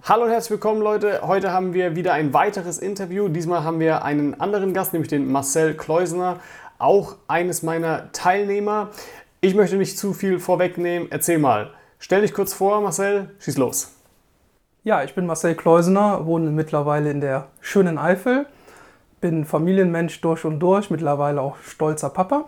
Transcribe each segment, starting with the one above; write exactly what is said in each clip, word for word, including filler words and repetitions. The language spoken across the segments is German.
Hallo und herzlich willkommen, Leute. Heute haben wir wieder ein weiteres Interview. Diesmal haben wir einen anderen Gast, nämlich den Marcel Kleusner, auch eines meiner Teilnehmer. Ich möchte nicht zu viel vorwegnehmen. Erzähl mal. Stell dich kurz vor, Marcel. Schieß los. Ja, ich bin Marcel Kleusner, wohne mittlerweile in der schönen Eifel. Bin Familienmensch durch und durch, mittlerweile auch stolzer Papa.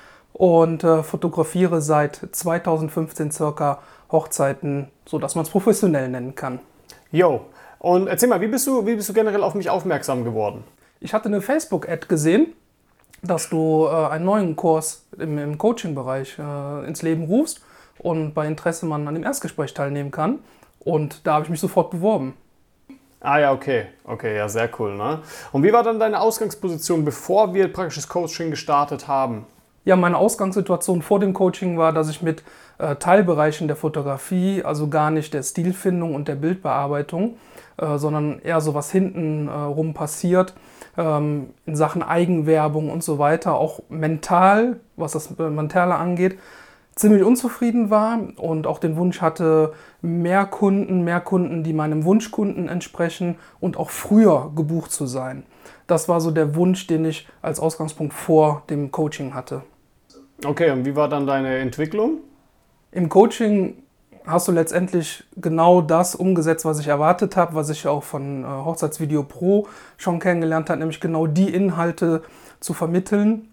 Und äh, fotografiere seit zweitausendfünfzehn circa Hochzeiten, sodass man es professionell nennen kann. Jo, und erzähl mal, wie bist du, wie bist du generell auf mich aufmerksam geworden? Ich hatte eine Facebook-Ad gesehen, dass du äh, einen neuen Kurs im, im Coaching-Bereich äh, ins Leben rufst und bei Interesse man an dem Erstgespräch teilnehmen kann. Und da habe ich mich sofort beworben. Ah ja, okay. Okay, ja, sehr cool, ne? Und wie war dann deine Ausgangsposition, bevor wir praktisches Coaching gestartet haben? Ja, meine Ausgangssituation vor dem Coaching war, dass ich mit äh, Teilbereichen der Fotografie, also gar nicht der Stilfindung und der Bildbearbeitung, äh, sondern eher so was hinten äh, rum passiert, ähm, in Sachen Eigenwerbung und so weiter, auch mental, was das Mentale angeht, ziemlich unzufrieden war und auch den Wunsch hatte, mehr Kunden, mehr Kunden, die meinem Wunschkunden entsprechen und auch früher gebucht zu sein. Das war so der Wunsch, den ich als Ausgangspunkt vor dem Coaching hatte. Okay, und wie war dann deine Entwicklung? Im Coaching hast du letztendlich genau das umgesetzt, was ich erwartet habe, was ich auch von äh, Hochzeitsvideo Pro schon kennengelernt habe, nämlich genau die Inhalte zu vermitteln,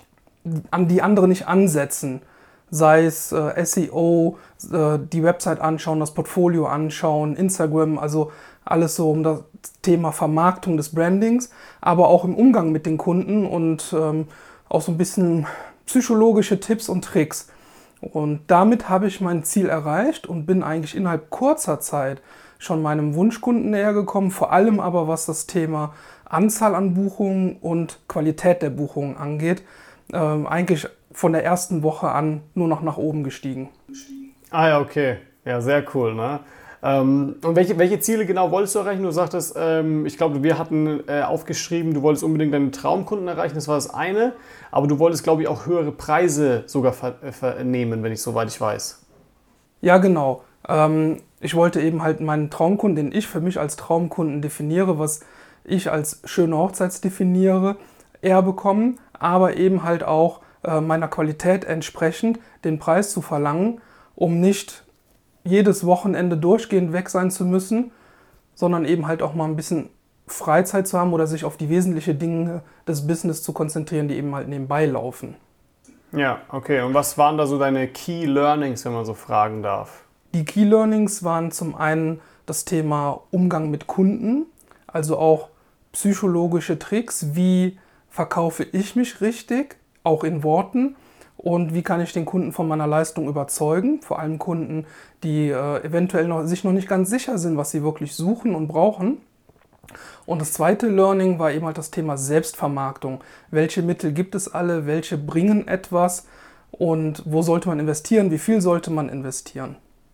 an die andere nicht ansetzen. Sei es äh, S E O, äh, die Website anschauen, das Portfolio anschauen, Instagram, also alles so um das Thema Vermarktung des Brandings, aber auch im Umgang mit den Kunden und ähm, auch so ein bisschen psychologische Tipps und Tricks. Und damit habe ich mein Ziel erreicht und bin eigentlich innerhalb kurzer Zeit schon meinem Wunschkunden näher gekommen, vor allem aber was das Thema Anzahl an Buchungen und Qualität der Buchungen angeht, ähm, eigentlich von der ersten Woche an nur noch nach oben gestiegen. Ah ja, okay. Ja, sehr cool, ne? Ähm, und welche, welche Ziele genau wolltest du erreichen? Du sagtest, ähm, ich glaube, wir hatten äh, aufgeschrieben, du wolltest unbedingt deine Traumkunden erreichen, das war das eine. Aber du wolltest, glaube ich, auch höhere Preise sogar ver- vernehmen, wenn ich soweit ich weiß. Ja, genau. Ähm, ich wollte eben halt meinen Traumkunden, den ich für mich als Traumkunden definiere, was ich als schöne Hochzeit definiere, eher bekommen, aber eben halt auch äh, meiner Qualität entsprechend den Preis zu verlangen, um nicht jedes Wochenende durchgehend weg sein zu müssen, sondern eben halt auch mal ein bisschen Freizeit zu haben oder sich auf die wesentlichen Dinge des Business zu konzentrieren, die eben halt nebenbei laufen. Ja, okay. Und was waren da so deine Key Learnings, wenn man so fragen darf? Die Key Learnings waren zum einen das Thema Umgang mit Kunden, also auch psychologische Tricks, wie verkaufe ich mich richtig, auch in Worten, und wie kann ich den Kunden von meiner Leistung überzeugen, vor allem Kunden, die äh, eventuell noch, sich noch nicht ganz sicher sind, was sie wirklich suchen und brauchen. Und das zweite Learning war eben halt das Thema Selbstvermarktung. Welche Mittel gibt es alle, welche bringen etwas und wo sollte man investieren, wie viel sollte man investieren?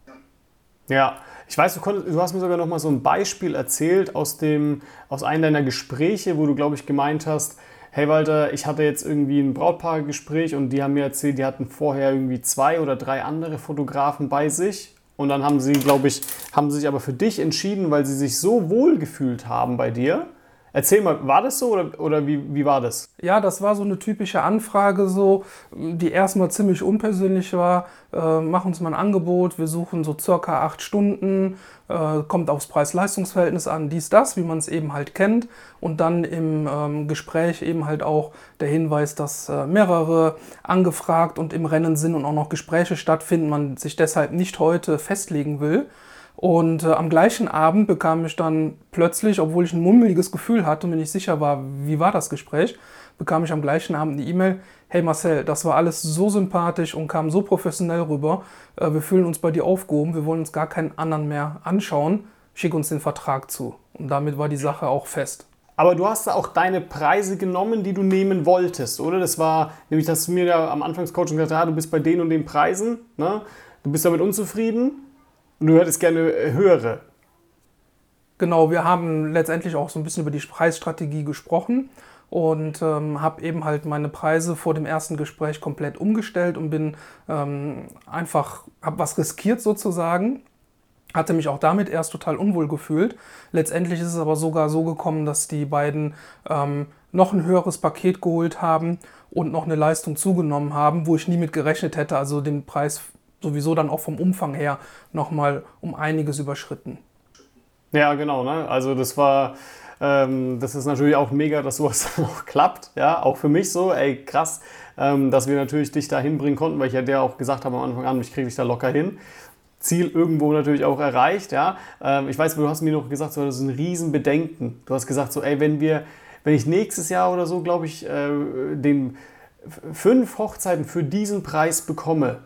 Ja, ich weiß, du, konntest, du hast mir sogar noch mal so ein Beispiel erzählt aus, dem, aus einem deiner Gespräche, wo du, glaube ich, gemeint hast, hey Walter, ich hatte jetzt irgendwie ein Brautpaargespräch und die haben mir erzählt, die hatten vorher irgendwie zwei oder drei andere Fotografen bei sich und dann haben sie, glaube ich, haben sie sich aber für dich entschieden, weil sie sich so wohl gefühlt haben bei dir. Erzähl mal, war das so oder, oder wie, wie war das? Ja, das war so eine typische Anfrage, so, die erstmal ziemlich unpersönlich war. Äh, mach uns mal ein Angebot, wir suchen so circa acht Stunden, äh, kommt aufs Preis-Leistungs-Verhältnis an, dies, das, wie man es eben halt kennt. Und dann im ähm, Gespräch eben halt auch der Hinweis, dass äh, mehrere angefragt und im Rennen sind und auch noch Gespräche stattfinden, man sich deshalb nicht heute festlegen will. Und äh, am gleichen Abend bekam ich dann plötzlich, obwohl ich ein mummeliges Gefühl hatte und mir nicht sicher war, wie war das Gespräch, bekam ich am gleichen Abend eine E-Mail: Hey Marcel, das war alles so sympathisch und kam so professionell rüber, äh, wir fühlen uns bei dir aufgehoben, wir wollen uns gar keinen anderen mehr anschauen, schick uns den Vertrag zu. Und damit war die Sache auch fest. Aber du hast da auch deine Preise genommen, die du nehmen wolltest, oder? Das war, nämlich, dass du mir ja am Anfangs Coaching gesagt hast, ah, du bist bei den und den Preisen, ne? Du bist damit unzufrieden. Und du hättest gerne höhere. Genau, wir haben letztendlich auch so ein bisschen über die Preisstrategie gesprochen und ähm, habe eben halt meine Preise vor dem ersten Gespräch komplett umgestellt und bin ähm, einfach, habe was riskiert sozusagen Hatte mich auch damit erst total unwohl gefühlt. Letztendlich ist es aber sogar so gekommen, dass die beiden ähm, noch ein höheres Paket geholt haben und noch eine Leistung zugenommen haben, wo ich nie mit gerechnet hätte. Also den Preis sowieso dann auch vom Umfang her nochmal um einiges überschritten. Ja, genau. Ne? Also das war, ähm, das ist natürlich auch mega, dass sowas dann auch klappt. Ja, auch für mich so, ey krass, ähm, dass wir natürlich dich da hinbringen konnten, weil ich ja dir auch gesagt habe am Anfang an, ich kriege dich da locker hin. Ziel irgendwo natürlich auch erreicht, ja. Ähm, ich weiß, du hast mir noch gesagt, so, das ist ein Riesenbedenken. Du hast gesagt, so, ey, wenn wir, wenn ich nächstes Jahr oder so, glaube ich, äh, den fünf Hochzeiten für diesen Preis bekomme,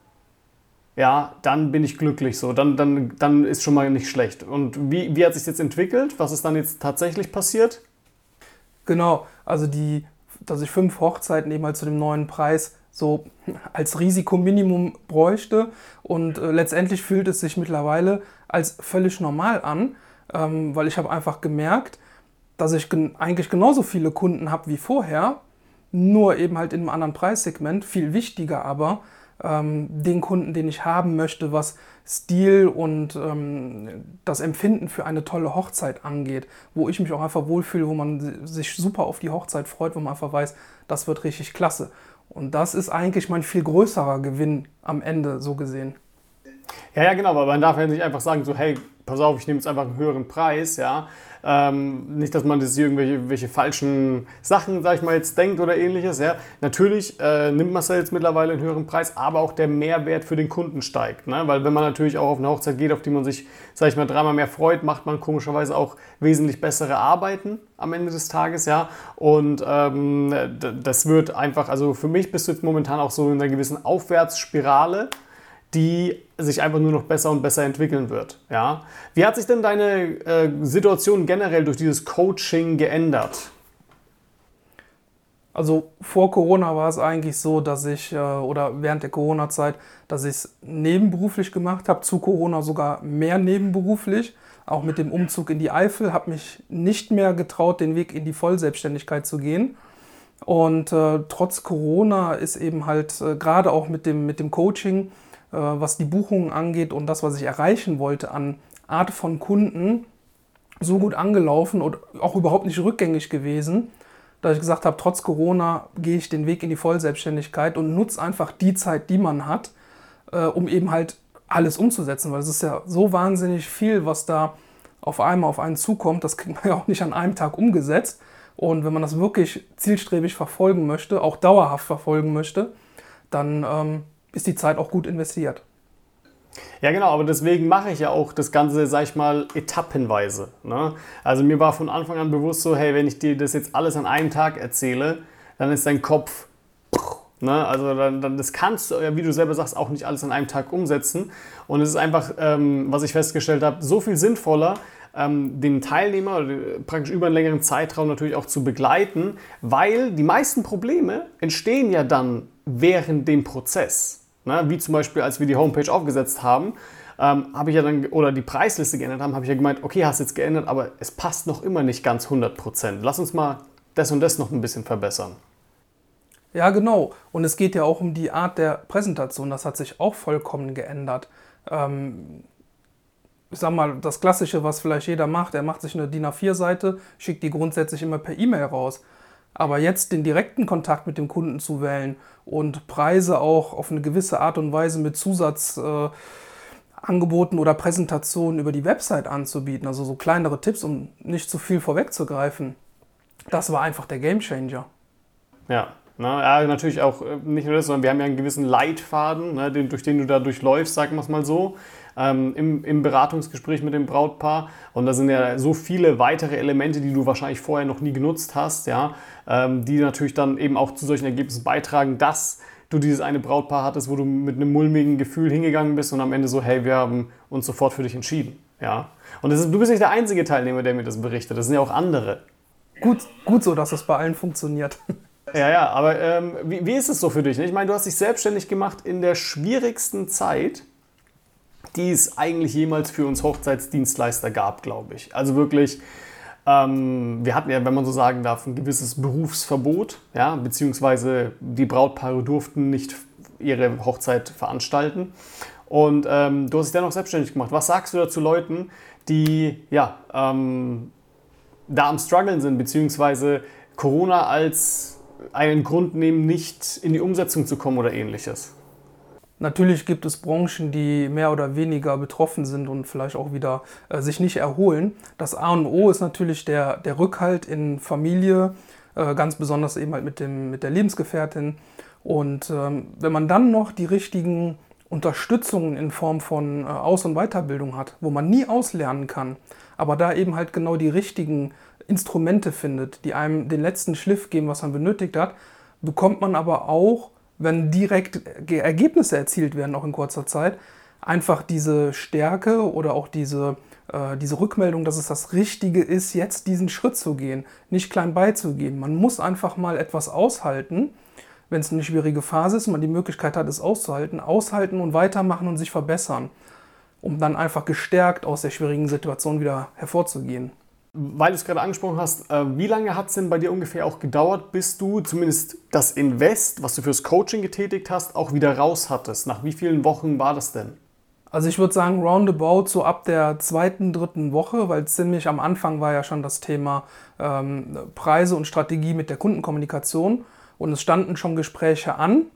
ja, dann bin ich glücklich so. Dann, dann, dann ist schon mal nicht schlecht. Und wie, wie hat sich jetzt entwickelt? Was ist dann jetzt tatsächlich passiert? Genau, also die, dass ich fünf Hochzeiten eben halt zu dem neuen Preis so als Risikominimum bräuchte. Und äh, letztendlich fühlt es sich mittlerweile als völlig normal an, ähm, weil ich habe einfach gemerkt, dass ich gen- eigentlich genauso viele Kunden habe wie vorher, nur eben halt in einem anderen Preissegment. Viel wichtiger aber, ähm, den Kunden, den ich haben möchte, was Stil und ähm, das Empfinden für eine tolle Hochzeit angeht, wo ich mich auch einfach wohlfühle, wo man sich super auf die Hochzeit freut, wo man einfach weiß, das wird richtig klasse. Und das ist eigentlich mein viel größerer Gewinn am Ende, so gesehen. Ja, ja, genau, aber man darf ja nicht einfach sagen, so, hey, pass auf, ich nehme jetzt einfach einen höheren Preis, ja. Ähm, nicht, dass man das hier irgendwelche, irgendwelche falschen Sachen, sag ich mal, jetzt denkt oder ähnliches, ja. Natürlich äh, nimmt Marcel jetzt mittlerweile einen höheren Preis, aber auch der Mehrwert für den Kunden steigt, ne? Weil wenn man natürlich auch auf eine Hochzeit geht, auf die man sich, sag ich mal, dreimal mehr freut, macht man komischerweise auch wesentlich bessere Arbeiten am Ende des Tages, ja. Und ähm, das wird einfach, also für mich bist du jetzt momentan auch so in einer gewissen Aufwärtsspirale, die sich einfach nur noch besser und besser entwickeln wird. Ja? Wie hat sich denn deine äh, Situation generell durch dieses Coaching geändert? Also vor Corona war es eigentlich so, dass ich, äh, oder während der Corona-Zeit, dass ich es nebenberuflich gemacht habe, zu Corona sogar mehr nebenberuflich, auch mit dem Umzug in die Eifel, habe mich nicht mehr getraut, den Weg in die Vollselbstständigkeit zu gehen. Und äh, trotz Corona ist eben halt äh, gerade auch mit dem, mit dem Coaching, was die Buchungen angeht und das, was ich erreichen wollte an Art von Kunden, so gut angelaufen und auch überhaupt nicht rückgängig gewesen, dass ich gesagt habe, trotz Corona gehe ich den Weg in die Vollselbstständigkeit und nutze einfach die Zeit, die man hat, um eben halt alles umzusetzen, weil es ist ja so wahnsinnig viel, was da auf einmal auf einen zukommt, das kriegt man ja auch nicht an einem Tag umgesetzt. Und wenn man das wirklich zielstrebig verfolgen möchte, auch dauerhaft verfolgen möchte, dann ähm, ist die Zeit auch gut investiert. Ja, genau, aber deswegen mache ich ja auch das Ganze, sag ich mal, etappenweise. Ne? Also mir war von Anfang an bewusst so, hey, wenn ich dir das jetzt alles an einem Tag erzähle, dann ist dein Kopf, ne? Also dann, dann, das kannst du, wie du selber sagst, auch nicht alles an einem Tag umsetzen. Und es ist einfach, ähm, was ich festgestellt habe, so viel sinnvoller, ähm, den Teilnehmer oder praktisch über einen längeren Zeitraum natürlich auch zu begleiten, weil die meisten Probleme entstehen ja dann während dem Prozess. Ne, wie zum Beispiel, als wir die Homepage aufgesetzt haben, ähm, habe ich ja dann, oder die Preisliste geändert haben, habe ich ja gemeint, okay, hast jetzt geändert, aber es passt noch immer nicht ganz hundert Prozent. Lass uns mal das und das noch ein bisschen verbessern. Ja, genau. Und es geht ja auch um die Art der Präsentation. Das hat sich auch vollkommen geändert. Ähm, ich sag mal, das Klassische, was vielleicht jeder macht, er macht sich eine D I N A vier Seite, schickt die grundsätzlich immer per E-Mail raus. Aber jetzt den direkten Kontakt mit dem Kunden zu wählen und Preise auch auf eine gewisse Art und Weise mit Zusatzangeboten äh, oder Präsentationen über die Website anzubieten, also so kleinere Tipps, um nicht zu viel vorwegzugreifen, das war einfach der Gamechanger. Ja, na, ja, natürlich auch nicht nur das, sondern wir haben ja einen gewissen Leitfaden, ne, den, durch den du da durchläufst, sagen wir es mal so. Ähm, im, im Beratungsgespräch mit dem Brautpaar. Und da sind ja so viele weitere Elemente, die du wahrscheinlich vorher noch nie genutzt hast, ja, ähm, die natürlich dann eben auch zu solchen Ergebnissen beitragen, dass du dieses eine Brautpaar hattest, wo du mit einem mulmigen Gefühl hingegangen bist und am Ende so, hey, wir haben uns sofort für dich entschieden. Ja. Und das ist, du bist nicht der einzige Teilnehmer, der mir das berichtet, das sind ja auch andere. Gut, gut so, dass es bei allen funktioniert. Ja, ja, aber ähm, wie, wie ist es so für dich? Ne? Ich meine, du hast dich selbstständig gemacht in der schwierigsten Zeit, die es eigentlich jemals für uns Hochzeitsdienstleister gab, glaube ich. Also wirklich, ähm, wir hatten ja, wenn man so sagen darf, ein gewisses Berufsverbot, ja, beziehungsweise die Brautpaare durften nicht ihre Hochzeit veranstalten. und ähm, du hast dich dennoch selbstständig gemacht. Was sagst du dazu Leuten, die ja, ähm, da am Struggeln sind, beziehungsweise Corona als einen Grund nehmen, nicht in die Umsetzung zu kommen oder ähnliches? Natürlich gibt es Branchen, die mehr oder weniger betroffen sind und vielleicht auch wieder äh, sich nicht erholen. Das A und O ist natürlich der, der Rückhalt in Familie, äh, ganz besonders eben halt mit, dem, mit der Lebensgefährtin. Und ähm, wenn man dann noch die richtigen Unterstützungen in Form von äh, Aus- und Weiterbildung hat, wo man nie auslernen kann, aber da eben halt genau die richtigen Instrumente findet, die einem den letzten Schliff geben, was man benötigt hat, bekommt man aber auch, wenn direkt Ergebnisse erzielt werden, auch in kurzer Zeit, einfach diese Stärke oder auch diese, äh, diese Rückmeldung, dass es das Richtige ist, jetzt diesen Schritt zu gehen, nicht klein beizugeben. Man muss einfach mal etwas aushalten, wenn es eine schwierige Phase ist und man die Möglichkeit hat, es auszuhalten, aushalten und weitermachen und sich verbessern, um dann einfach gestärkt aus der schwierigen Situation wieder hervorzugehen. Weil du es gerade angesprochen hast, wie lange hat es denn bei dir ungefähr auch gedauert, bis du zumindest das Invest, was du fürs Coaching getätigt hast, auch wieder raus hattest? Nach wie vielen Wochen war das denn? Also ich würde sagen roundabout so ab der zweiten, dritten Woche, weil ziemlich am Anfang war ja schon das Thema ähm, Preise und Strategie mit der Kundenkommunikation und es standen schon Gespräche an,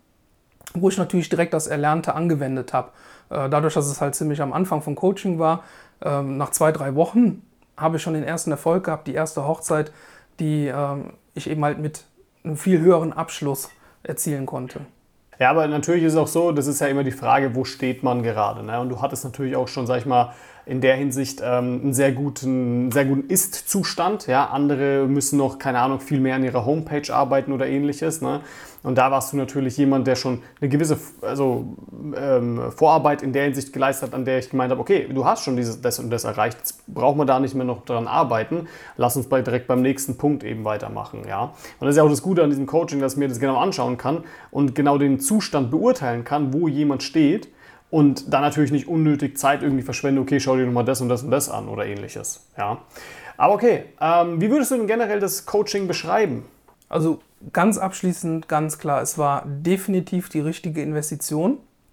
wo ich natürlich direkt das Erlernte angewendet habe. Äh, dadurch, dass es halt ziemlich am Anfang vom Coaching war, äh, nach zwei, drei Wochen habe ich schon den ersten Erfolg gehabt, die erste Hochzeit, die ähm, ich eben halt mit einem viel höheren Abschluss erzielen konnte. Ja, aber natürlich ist es auch so, das ist ja immer die Frage, wo steht man gerade, ne? Und du hattest natürlich auch schon, sag ich mal, in der Hinsicht ähm, einen sehr guten, sehr guten Ist-Zustand. Ja? Andere müssen noch, keine Ahnung, viel mehr an ihrer Homepage arbeiten oder ähnliches. Ne? Und da warst du natürlich jemand, der schon eine gewisse also, ähm, Vorarbeit in der Hinsicht geleistet hat, an der ich gemeint habe, okay, du hast schon dieses, das und das erreicht, jetzt brauchen wir da nicht mehr noch dran arbeiten. Lass uns bei, direkt beim nächsten Punkt eben weitermachen. Ja? Und das ist ja auch das Gute an diesem Coaching, dass ich mir das genau anschauen kann und genau den Zustand beurteilen kann, wo jemand steht. Und dann natürlich nicht unnötig Zeit irgendwie verschwende, okay, schau dir nochmal das und das und das an oder ähnliches. Ja. Aber okay, ähm, wie würdest du denn generell das Coaching beschreiben? Also ganz abschließend, ganz klar, es war definitiv die richtige Investition.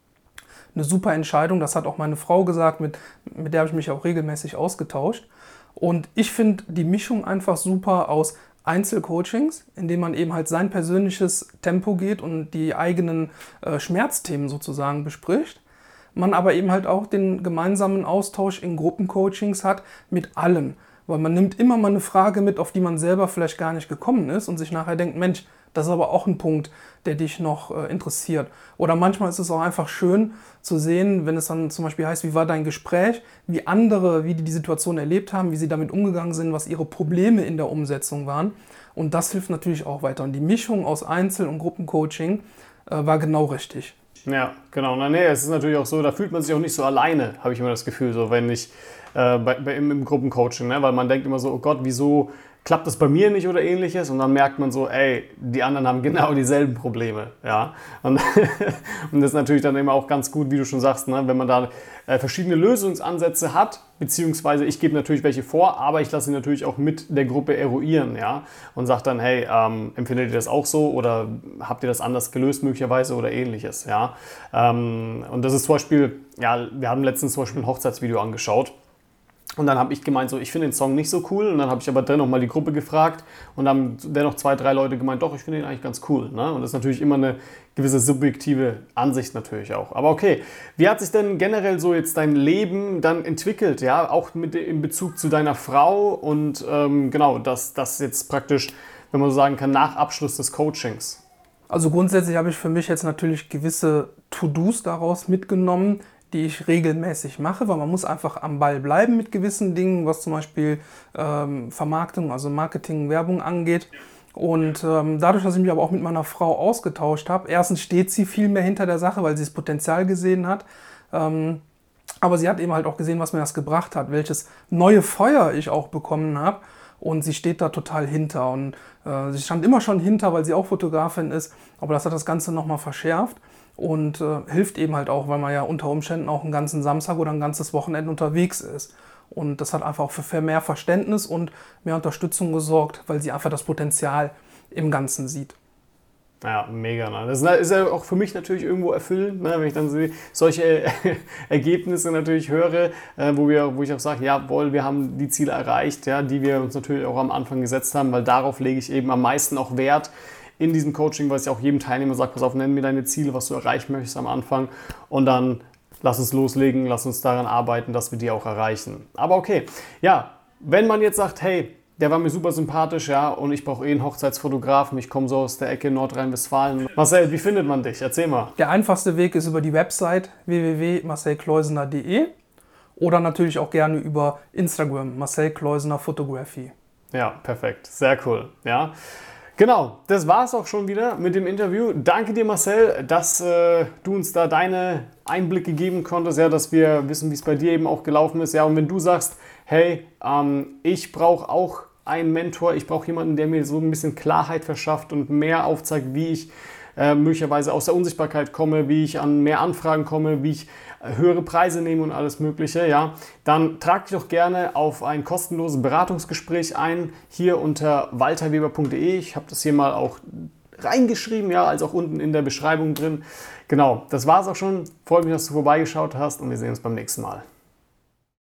Eine super Entscheidung, das hat auch meine Frau gesagt, mit, mit der habe ich mich auch regelmäßig ausgetauscht. Und ich finde die Mischung einfach super aus Einzelcoachings, in denen man eben halt sein persönliches Tempo geht und die eigenen äh, Schmerzthemen sozusagen bespricht. Man aber eben halt auch den gemeinsamen Austausch in Gruppencoachings hat mit allen. Weil man nimmt immer mal eine Frage mit, auf die man selber vielleicht gar nicht gekommen ist und sich nachher denkt, Mensch, das ist aber auch ein Punkt, der dich noch äh, interessiert. Oder manchmal ist es auch einfach schön zu sehen, wenn es dann zum Beispiel heißt, wie war dein Gespräch, wie andere, wie die die Situation erlebt haben, wie sie damit umgegangen sind, was ihre Probleme in der Umsetzung waren. Und das hilft natürlich auch weiter. Und die Mischung aus Einzel- und Gruppencoaching äh, war genau richtig. Ja, genau. Na, nee, es ist natürlich auch so, da fühlt man sich auch nicht so alleine, habe ich immer das Gefühl, so wenn ich äh, bei, bei, im, im Gruppencoaching, ne? Weil man denkt immer so, oh Gott, wieso klappt das bei mir nicht oder ähnliches? Und dann merkt man so, ey, die anderen haben genau dieselben Probleme, ja. Und, und das ist natürlich dann immer auch ganz gut, wie du schon sagst, ne? Wenn man da äh, verschiedene Lösungsansätze hat, beziehungsweise ich gebe natürlich welche vor, aber ich lasse sie natürlich auch mit der Gruppe eruieren, ja. Und sage dann, hey, ähm, empfindet ihr das auch so oder habt ihr das anders gelöst möglicherweise oder ähnliches, ja. Ähm, und das ist zum Beispiel, ja, wir haben letztens zum Beispiel ein Hochzeitsvideo angeschaut. Und dann habe ich gemeint, so, ich finde den Song nicht so cool. Und dann habe ich aber dennoch mal die Gruppe gefragt. Und dann haben dennoch zwei, drei Leute gemeint, doch, ich finde den eigentlich ganz cool. Ne? Und das ist natürlich immer eine gewisse subjektive Ansicht natürlich auch. Aber okay, wie hat sich denn generell so jetzt dein Leben dann entwickelt? Ja, auch mit, in Bezug zu deiner Frau und ähm, genau, das, das jetzt praktisch, wenn man so sagen kann, nach Abschluss des Coachings. Also grundsätzlich habe ich für mich jetzt natürlich gewisse To-Dos daraus mitgenommen, die ich regelmäßig mache, weil man muss einfach am Ball bleiben mit gewissen Dingen, was zum Beispiel ähm, Vermarktung, also Marketing, Werbung angeht. Und ähm, dadurch, dass ich mich aber auch mit meiner Frau ausgetauscht habe, erstens steht sie viel mehr hinter der Sache, weil sie das Potenzial gesehen hat. Ähm, aber sie hat eben halt auch gesehen, was mir das gebracht hat, welches neue Feuer ich auch bekommen habe. Und sie steht da total hinter. Und äh, sie stand immer schon hinter, weil sie auch Fotografin ist. Aber das hat das Ganze nochmal verschärft. Und äh, hilft eben halt auch, weil man ja unter Umständen auch einen ganzen Samstag oder ein ganzes Wochenende unterwegs ist. Und das hat einfach auch für mehr Verständnis und mehr Unterstützung gesorgt, weil sie einfach das Potenzial im Ganzen sieht. Ja, mega. Ne? Das ist ja auch für mich natürlich irgendwo erfüllend, ne? Wenn ich dann solche Ergebnisse natürlich höre, äh, wo, wir, wo ich auch sage, jawohl, wir haben die Ziele erreicht, ja, die wir uns natürlich auch am Anfang gesetzt haben, weil darauf lege ich eben am meisten auch Wert in diesem Coaching, weil ich auch jedem Teilnehmer sage, pass auf, nenn mir deine Ziele, was du erreichen möchtest am Anfang und dann lass uns loslegen, lass uns daran arbeiten, dass wir die auch erreichen. Aber okay, ja, wenn man jetzt sagt, hey, der war mir super sympathisch, ja, und ich brauche eh einen Hochzeitsfotografen. Ich komme so aus der Ecke Nordrhein-Westfalen. Marcel, wie findet man dich? Erzähl mal. Der einfachste Weg ist über die Website w w w punkt marcel kleusener punkt de oder natürlich auch gerne über Instagram, Marcel Kleusener Photography. Ja, perfekt. Sehr cool. Ja. Genau, das war es auch schon wieder mit dem Interview. Danke dir, Marcel, dass äh, du uns da deine Einblicke geben konntest, ja, dass wir wissen, wie es bei dir eben auch gelaufen ist. Ja, und wenn du sagst, hey, ähm, ich brauche auch einen Mentor, ich brauche jemanden, der mir so ein bisschen Klarheit verschafft und mehr aufzeigt, wie ich äh, möglicherweise aus der Unsichtbarkeit komme, wie ich an mehr Anfragen komme, wie ich höhere Preise nehme und alles Mögliche, ja, dann trag dich doch gerne auf ein kostenloses Beratungsgespräch ein, hier unter walterweber punkt de. Ich habe das hier mal auch reingeschrieben, ja, als auch unten in der Beschreibung drin. Genau, das war es auch schon. Freut mich, dass du vorbeigeschaut hast und wir sehen uns beim nächsten Mal.